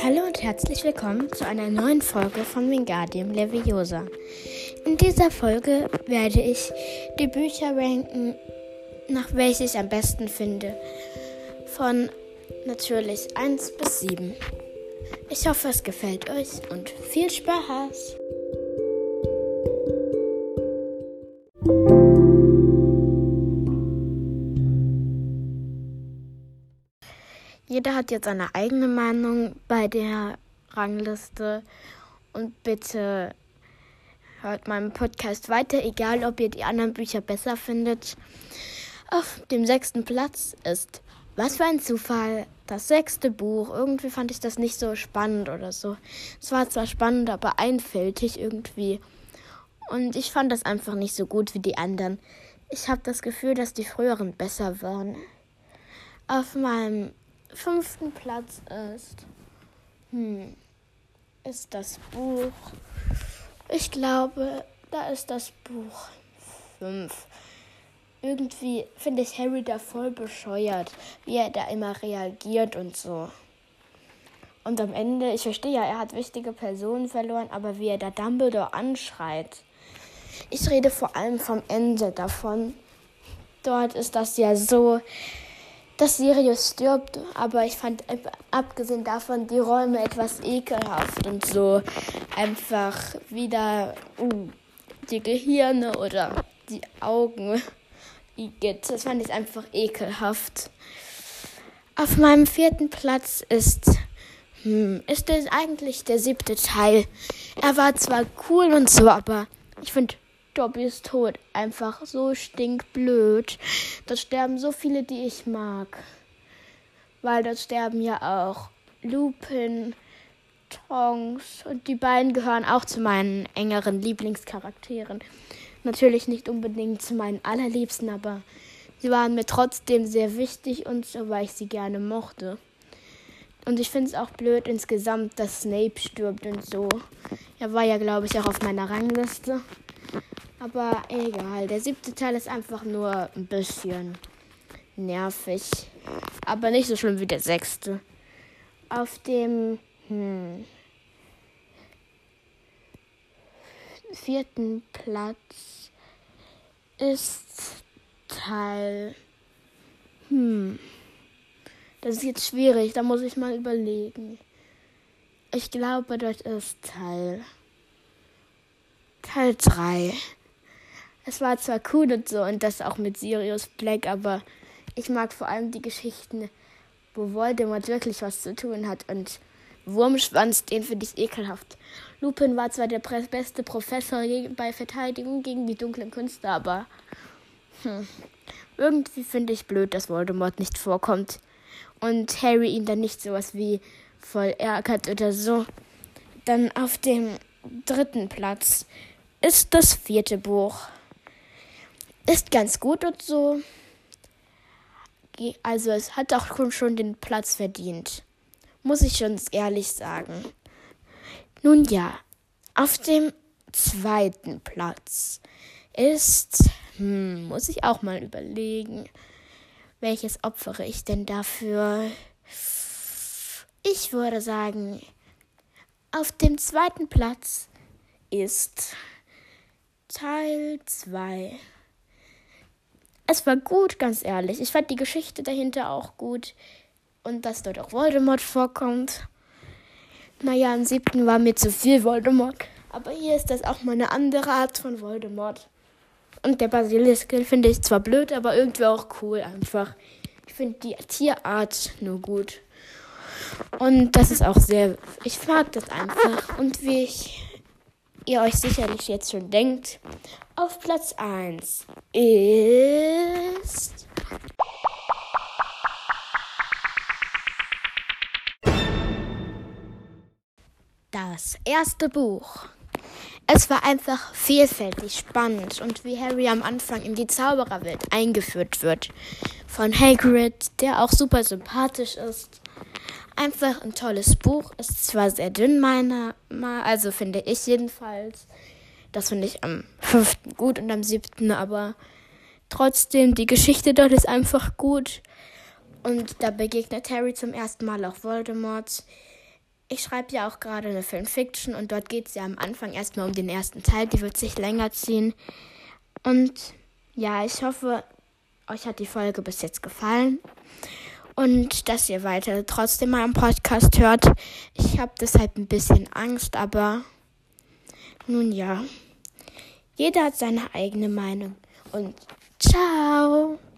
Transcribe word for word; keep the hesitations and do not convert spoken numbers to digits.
Hallo und herzlich willkommen zu einer neuen Folge von Wingardium Leviosa. In dieser Folge werde ich die Bücher ranken, nach welche ich am besten finde, von natürlich eins bis sieben. Ich hoffe, es gefällt euch und viel Spaß! Jeder hat jetzt eine eigene Meinung bei der Rangliste und bitte hört meinen Podcast weiter, egal ob ihr die anderen Bücher besser findet. Auf dem sechsten Platz ist Was für ein Zufall, das sechste Buch. Irgendwie fand ich das nicht so spannend oder so. Es war zwar spannend, aber einfältig irgendwie. Und ich fand das einfach nicht so gut wie die anderen. Ich habe das Gefühl, dass die früheren besser waren. Auf meinem fünften Platz ist, hm, ist das Buch, ich glaube, da ist das Buch fünf. Irgendwie finde ich Harry da voll bescheuert, wie er da immer reagiert und so. Und am Ende, ich verstehe ja, er hat wichtige Personen verloren, aber wie er da Dumbledore anschreit. Ich rede vor allem vom Ende davon. Dort ist das ja so, dass Sirius stirbt, aber ich fand abgesehen davon die Räume etwas ekelhaft und so einfach wieder uh, die Gehirne oder die Augen. Das fand ich einfach ekelhaft. Auf meinem vierten Platz ist, hm, ist das eigentlich der siebte Teil. Er war zwar cool und so, aber ich finde Dobbys Tod einfach so stinkblöd. Da sterben so viele, die ich mag. Weil dort sterben ja auch Lupin, Tonks und die beiden gehören auch zu meinen engeren Lieblingscharakteren. Natürlich nicht unbedingt zu meinen allerliebsten, aber sie waren mir trotzdem sehr wichtig und so, weil ich sie gerne mochte. Und ich finde es auch blöd insgesamt, dass Snape stirbt und so. Er war ja, glaube ich, auch auf meiner Rangliste. Aber egal, der siebte Teil ist einfach nur ein bisschen nervig. Aber nicht so schlimm wie der sechste. Auf dem hm, vierten Platz ist Teil... Hm, das ist jetzt schwierig, da muss ich mal überlegen. Ich glaube, dort ist Teil... Teil drei. Es war zwar cool und so und das auch mit Sirius Black, aber ich mag vor allem die Geschichten, wo Voldemort wirklich was zu tun hat und Wurmschwanz, den finde ich ekelhaft. Lupin war zwar der beste Professor bei Verteidigung gegen die dunklen Künste, aber hm, irgendwie finde ich blöd, dass Voldemort nicht vorkommt und Harry ihn dann nicht sowas wie voll ärgert oder so. Dann auf dem dritten Platz ist das vierte Buch. Ist ganz gut und so. Also es hat auch schon den Platz verdient. Muss ich schon ehrlich sagen. Nun ja, auf dem zweiten Platz ist, hm, muss ich auch mal überlegen, welches opfere ich denn dafür? Ich würde sagen, auf dem zweiten Platz ist Teil zwei. Es war gut, ganz ehrlich. Ich fand die Geschichte dahinter auch gut. Und dass dort auch Voldemort vorkommt. Naja, im siebten war mir zu viel Voldemort. Aber hier ist das auch mal eine andere Art von Voldemort. Und der Basilisk finde ich zwar blöd, aber irgendwie auch cool einfach. Ich finde die Tierart nur gut. Und das ist auch sehr, ich mag das einfach. Und wie ich, ihr euch sicherlich jetzt schon denkt, auf Platz eins ist das erste Buch. Es war einfach vielfältig spannend und wie Harry am Anfang in die Zaubererwelt eingeführt wird. Von Hagrid, der auch super sympathisch ist. Einfach ein tolles Buch. Ist zwar sehr dünn, meiner, also finde ich jedenfalls. Das finde ich am fünften gut und am siebten, aber trotzdem, die Geschichte dort ist einfach gut. Und da begegnet Harry zum ersten Mal auch Voldemort. ich schreibe ja auch gerade eine Fanfiction und dort geht es ja am Anfang erstmal um den ersten Teil. Die wird sich länger ziehen. Und ja, ich hoffe, euch hat die Folge bis jetzt gefallen. Und dass ihr weiter trotzdem meinen Podcast hört. Ich habe deshalb ein bisschen Angst, aber nun ja. Jeder hat seine eigene Meinung. Und ciao!